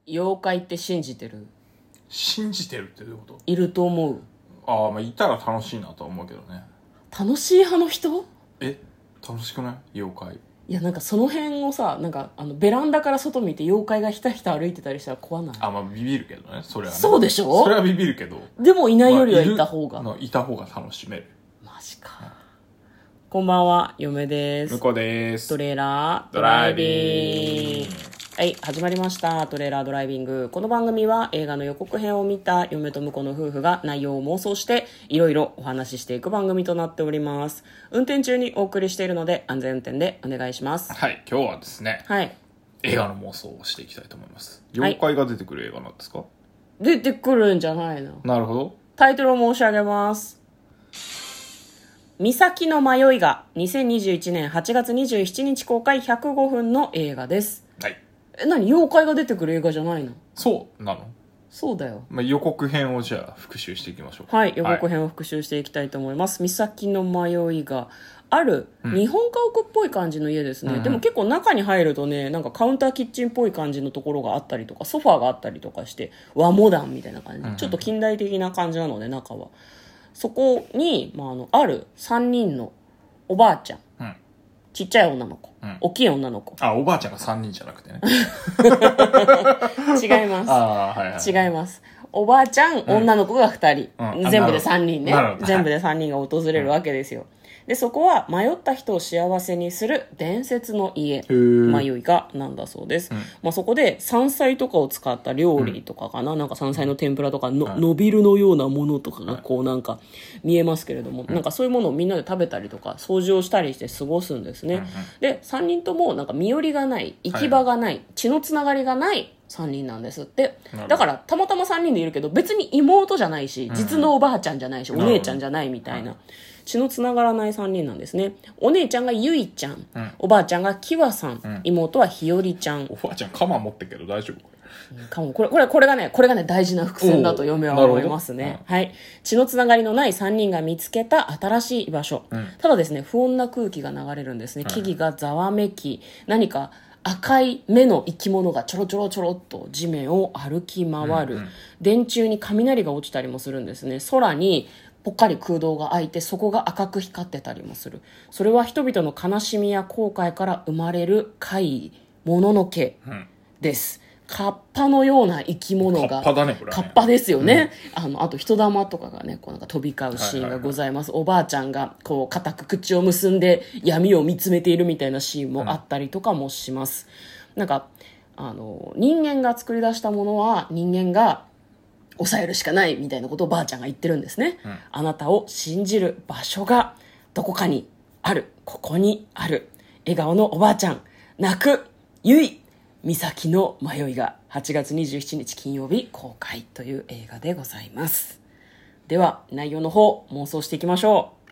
妖怪って信じてる？ 信じてるってどういうこと？ いると思う。 まあいたら楽しいなとは思うけどね。 楽しい派の人？ 楽しくない？妖怪。 いや、なんかその辺をさ、なんかベランダから外見て妖怪がひたひた歩いてたりしたら怖ない？ まあビビるけどね、それはね。 そうでしょ？ それはビビるけど。 でもいないよりはいた方が。 いた方が楽しめる。 マジか。こんばんは、嫁です。 向こうです。 トレーラードライビング。はい、始まりました。トレーラードライビング。この番組は映画の予告編を見た嫁と婿の夫婦が内容を妄想していろいろお話ししていく番組となっております。運転中にお送りしているので安全運転でお願いします。 はい、今日はですね、 はい。 映画の妄想をしていきたいと思います。妖怪が出てくる映画なんですか？ 出てくるんじゃないの？ なるほど。 タイトルを申し上げます。岬の迷いが2021年8月27日公開105分の映画です。 はい。 何？妖怪が出てくる映画じゃないの？ そうなの？ そうだよ。 予告編をじゃあ復習していきましょう。 はい、予告編を復習していきたいと思います。岬の迷いがある日本家屋っぽい感じの家ですね、でも結構中に入るとね、なんかカウンターキッチンっぽい感じのところがあったりとか、ソファーがあったりとかして和モダンみたいな感じ、ちょっと近代的な感じなので、中はそこに、ある3人のおばあちゃん、ちっちゃい女の子、大きい女の子。 おばあちゃんが3人じゃなくてね。 違います。 はいはい、 違います。おばあちゃん、女の子が2人。全部で3人ね。全部で3人が訪れるわけですよ。で、そこは迷った人を幸せにする伝説の家、迷いがなんだそうです。そこで山菜とかを使った料理とかかな、なんか山菜の天ぷらとかのびるのようなものとかがこうなんか見えますけれども、なんかそういうものをみんなで食べたりとか掃除をしたりして過ごすんですね。で、3人ともなんか身寄りがない、行き場がない、血のつながりがない3人なんですって。だからたまたま3人でいるけど、別に妹じゃないし、実のおばあちゃんじゃないし、お姉ちゃんじゃないみたいな、血のつながらない3人なんですね。お姉ちゃんがゆいちゃん、おばあちゃんがきわさん、妹はひよりちゃん。 おばあちゃん鎌持ってるけど大丈夫？ これがね大事な伏線だと嫁は思いますね。はい。血のつながりのない3人が見つけた新しい居場所。ただですね、不穏な空気が流れるんですね。木々がざわめき、何か赤い目の生き物がちょろちょろちょろっと地面を歩き回る。電柱に雷が落ちたりもするんですね。空にぽっかり空洞が開いて、そこが赤く光ってたりもする。それは人々の悲しみや後悔から生まれる怪異、もののけです。カッパのような生き物が、 カッパだね、これはね。 カッパですよね。あと人玉とかがね、こうなんか飛び交うシーンがございます。おばあちゃんがこう固く口を結んで闇を見つめているみたいなシーンもあったりとかもします。なんか人間が作り出したものは人間が抑えるしかないみたいなことをばあちゃんが言ってるんですね。あなたを信じる場所がどこかにある。ここにある。笑顔のおばあちゃん、泣くゆい、岬の迷いが8月27日金曜日公開という映画でございます。では内容の方妄想していきましょう。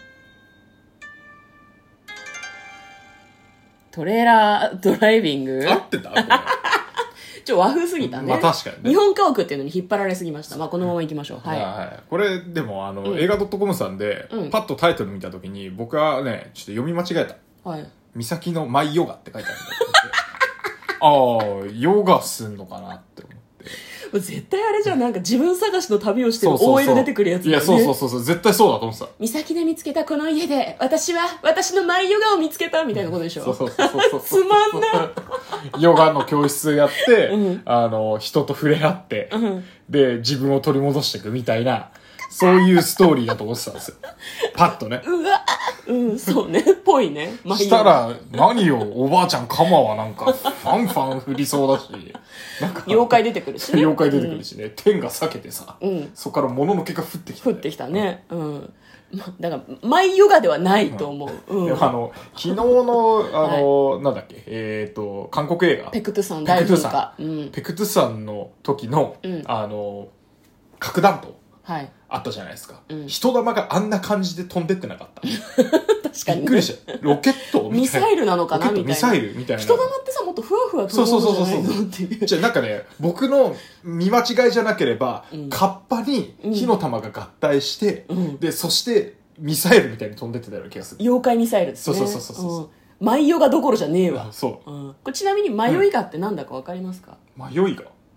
トレーラードライビング合ってた？これ和風すぎたね。 確かにね。 日本家屋っていうのに引っ張られすぎました。このまま行きましょう。はい。 これでも映画 .com さんでパッとタイトル見たときに僕はねちょっと読み間違えた。はい。岬のマイヨガって書いてあるんだけどヨガすんのかなって思って。 絶対あれじゃん、なんか自分探しの旅をしてる OL 出てくるやつだよね。 いやそう絶対そうだと思ってた。 岬で見つけたこの家で私は私のマイヨガを見つけたみたいなことでしょ。 そうつまんなヨガの教室やって、人と触れ合って、で自分を取り戻していくみたいな、そういうストーリーだと思ってたんですよ。パッとね。そうね、ぽいね。したら何よ、おばあちゃんカマはなんかファンファン振りそうだし、なんか妖怪出てくるしね。 妖怪出てくるしね。天が裂けてさ、そこから物の毛が降ってきた。 降ってきたね。だからマイヨガではないと思う。 昨日のなんだっけ、韓国映画ペクトゥサン大噴火。 ペクトゥサンの時の核弾頭あったじゃないですか。人玉があんな感じで飛んでってなかった？ 確かに。 びっくりした。ロケットみたいな。 ミサイルなのかなみたいな。 ミサイルみたいな。 人玉ってさ、もっとふわふわ飛ぶものじゃないのっていう。 じゃあなんかね、僕の見間違いじゃなければ、カッパに火の玉が合体して、で、そしてミサイルみたいに飛んでってたような気がする。 妖怪ミサイルですね。 そう。 マイヨガどころじゃねえわ。 そう。 これちなみに迷いがってなんだかわかりますか？ 迷いが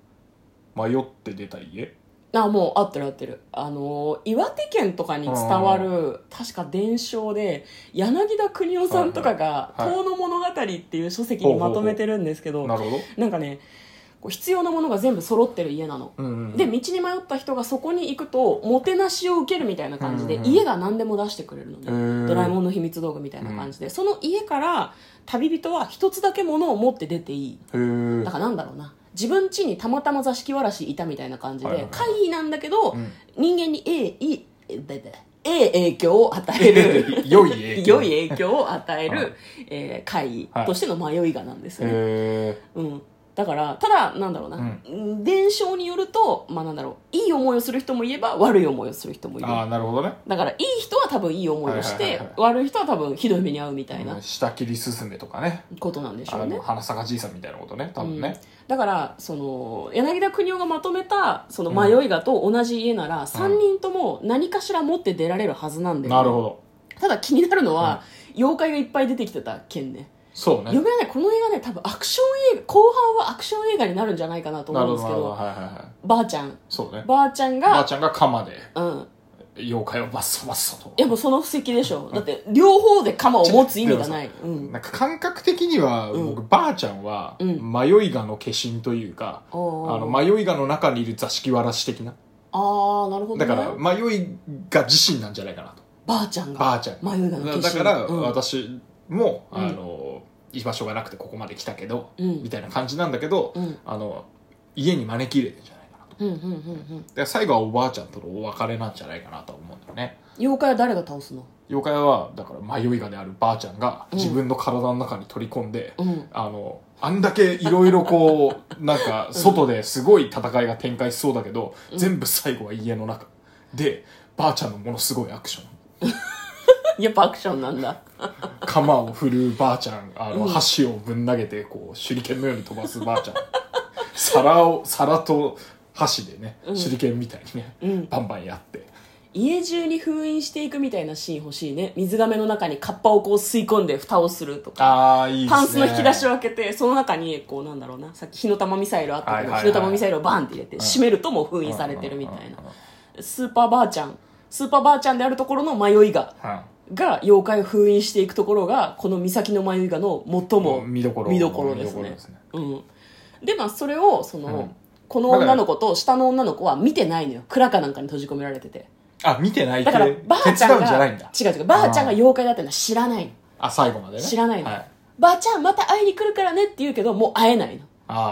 迷って出た家。 もう合ってる合ってる。岩手県とかに伝わる確か伝承で柳田国男さんとかが「遠野物語」っていう書籍にまとめてるんですけど、 なるほど。 なんかね、こう必要なものが全部揃ってる家なの、で道に迷った人がそこに行くともてなしを受けるみたいな感じで、家が何でも出してくれるのね。ドラえもんの秘密道具みたいな感じで、その家から旅人は一つだけ物を持って出ていい。だからなんだろうな、自分家にたまたま座敷わらしいたみたいな感じで、怪異なんだけど、人間に影響を与える良い影響を与える、怪異としての迷いがなんですよね。だからただなんだろうな、伝承によると、なんだろう、いい思いをする人もいれば悪い思いをする人もいる。 なるほどね。 だからいい人は多分いい思いをして、悪い人は多分ひどい目に遭うみたいな、 下切りすすめとかね、 ことなんでしょうね。 花咲かじいさんみたいなことね、多分ね。 だからその柳田国男がまとめたその迷いがと同じ家なら、3人とも何かしら持って出られるはずなんだよね。 なるほど。 ただ気になるのは、妖怪がいっぱい出てきてた件ね。 そうね。 嫁はね、この映画ね、多分アクション映画、後半はアクション映画になるんじゃないかなと思うんですけど、ばあちゃん。 そうね。 ばあちゃんが鎌で、妖怪をバッサバッサと。 いやもうその布石でしょ。だって、両方で鎌を持つ意味がない。 なんか感覚的には、僕、ばあちゃんは、迷いがの化身というか、迷いがの中にいる座敷わらし的な。 なるほどね。 だから、迷いが自身なんじゃないかなと。 ばあちゃんが。 ばあちゃん。 迷いがの化身。 だから、私も、居場所がなくてここまで来たけど、みたいな感じなんだけど、家に招き入れてんじゃないかなと。で最後はおばあちゃんとのお別れなんじゃないかなと思うんだよね。 妖怪は誰が倒すの？ 妖怪はだから迷いがであるばあちゃんが自分の体の中に取り込んで、あんだけいろいろこうなんか外ですごい戦いが展開しそうだけど、全部最後は家の中でばあちゃんのものすごいアクションやっぱアクションなんだ。 鎌を振るばあちゃん、箸をぶん投げてこう手裏剣のように飛ばすばあちゃん、皿と箸でね、手裏剣みたいにね、バンバンやって家中に封印していくみたいなシーン欲しいね。水亀の中にカッパをこう吸い込んで蓋をするとか、 いいですね、 パンスの引き出しを開けてその中にこうなんだろうな、さっき火の玉ミサイルあったけど、火の玉ミサイルをバンって入れて閉めるともう封印されてるみたいな。スーパーばあちゃんであるところの迷いが妖怪を封印していくところがこの岬の迷いがの最も見どころですね。でそれをこの女の子と下の女の子は見てないのよ。蔵かなんかに閉じ込められてて。 見てない。 だからばあちゃんが違うばあちゃんが妖怪だってのは知らないの。 最後までね知らないの、ばあちゃんまた会いに来るからねって言うけどもう会えないの。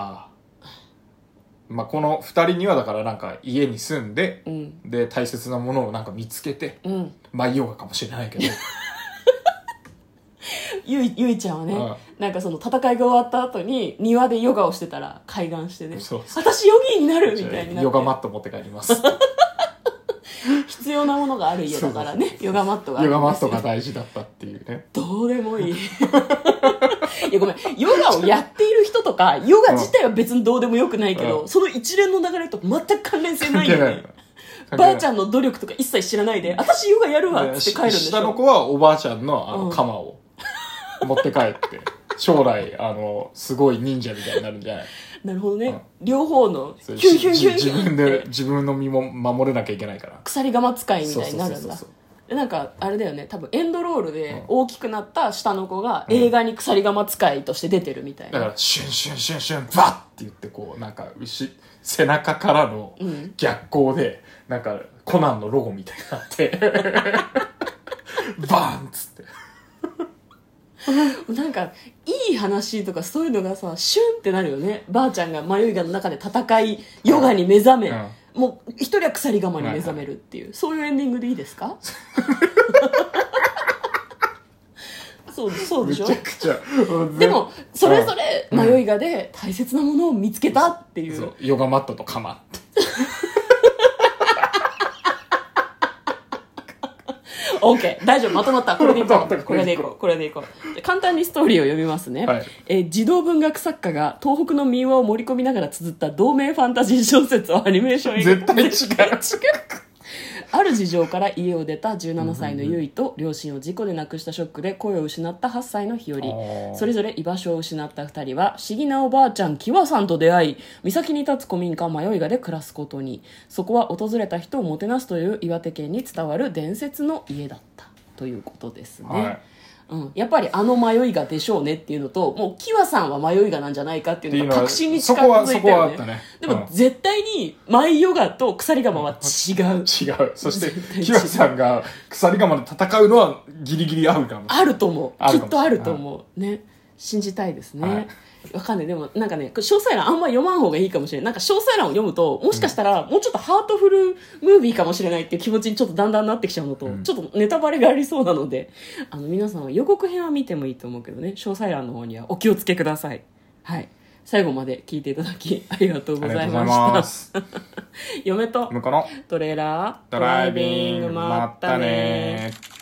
この2人にはだからなんか家に住んで、で大切なものをなんか見つけて、ヨガかもしれないけどゆいちゃんはね、なんかその戦いが終わった後に庭でヨガをしてたら開眼してね、私ヨギになるみたいになってヨガマット持って帰ります必要なものがある家だからね。ヨガマットがあるんですよ。 ヨガマットが大事だったっていうね。 どうでもいいいやごめん、ヨガをやっている人とかヨガ自体は別にどうでもよくないけど、その一連の流れと全く関連性ないよね。ばあちゃんの努力とか一切知らないで、私ヨガやるわって帰るんでしょ。 下の子はおばあちゃんの鎌を持って帰って将来すごい忍者みたいになるんじゃない？ なるほどね、両方のヒュンヒュンヒュンヒュンって自分の身も守れなきゃいけないから鎖鎌使いみたいになるんだ。でなんかあれだよね、多分エンドロールで大きくなった下の子が映画に鎖鎌使いとして出てるみたいな、 だからシュンシュンシュンシュンバッって言ってこうなんか背中からの逆光でなんかコナンのロゴみたいになってバーンっつってなんかいい話とかそういうのがさシュンってなるよね。ばあちゃんが迷いがの中で戦いヨガに目覚め、もう一人は鎖鎌に目覚めるっていう、そういうエンディングでいいですか？そうでしょ。 めちゃくちゃでもそれぞれ迷いがで大切なものを見つけたっていう、 ヨガマットと鎌って OK 大丈夫、まとまった。これでいこうこれでいこう簡単にストーリーを読みますね、児童文学作家が東北の民話を盛り込みながら綴った同名ファンタジー小説をアニメーション映画絶対違うある事情から家を出た17歳のゆいと両親を事故で亡くしたショックで声を失った8歳の日和、それぞれ居場所を失った2人は不思議なおばあちゃんキワさんと出会い、岬に立つ古民家迷いがで暮らすことに。そこは訪れた人をもてなすという岩手県に伝わる伝説の家だったということですね。 はいやっぱりあの迷いがでしょうねっていうのと、もうキワさんは迷いがなんじゃないかっていうのが確信に近づいたよね。 そこはあったね。 でも絶対に舞ヨガと鎖釜は違う。 違う。そしてキワさんが鎖釜で戦うのはギリギリ合うかも。 あると思う。きっとあると思う。ね。信じたいですね。わかんない。でもなんかね、詳細欄あんま読まん方がいいかもしれない。なんか詳細欄を読むと、もしかしたらもうちょっとハートフルムービーかもしれないっていう気持ちにちょっとだんだんなってきちゃうのと、ちょっとネタバレがありそうなので、皆さんは予告編は見てもいいと思うけどね、詳細欄の方にはお気をつけください。はい。最後まで聞いていただきありがとうございました。嫁と向こうのトレーラードライビング、まったねー。